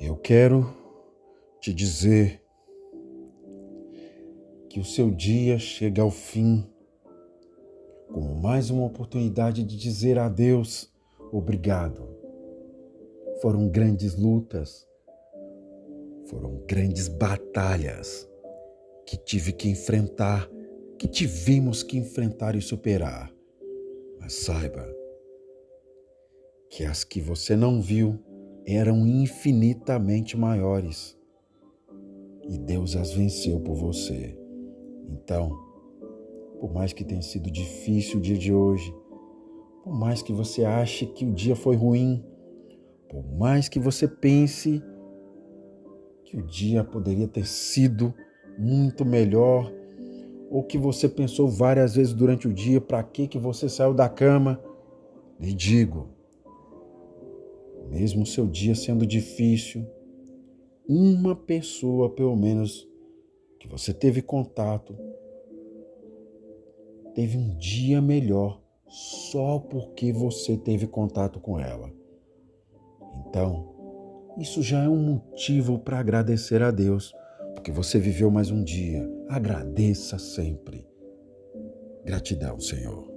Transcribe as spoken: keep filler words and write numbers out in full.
Eu quero te dizer que o seu dia chega ao fim como mais uma oportunidade de dizer a Deus obrigado. Foram grandes lutas, foram grandes batalhas que tive que enfrentar, que tivemos que enfrentar e superar. Mas saiba que as que você não viu eram infinitamente maiores e Deus as venceu por você. Então, por mais que tenha sido difícil o dia de hoje, por mais que você ache que o dia foi ruim, por mais que você pense que o dia poderia ter sido muito melhor, ou que você pensou várias vezes durante o dia, para que que você saiu da cama, lhe digo, mesmo o seu dia sendo difícil, uma pessoa pelo menos que você teve contato, teve um dia melhor só porque você teve contato com ela. Então, isso já é um motivo para agradecer a Deus, porque você viveu mais um dia. Agradeça sempre. Gratidão, Senhor.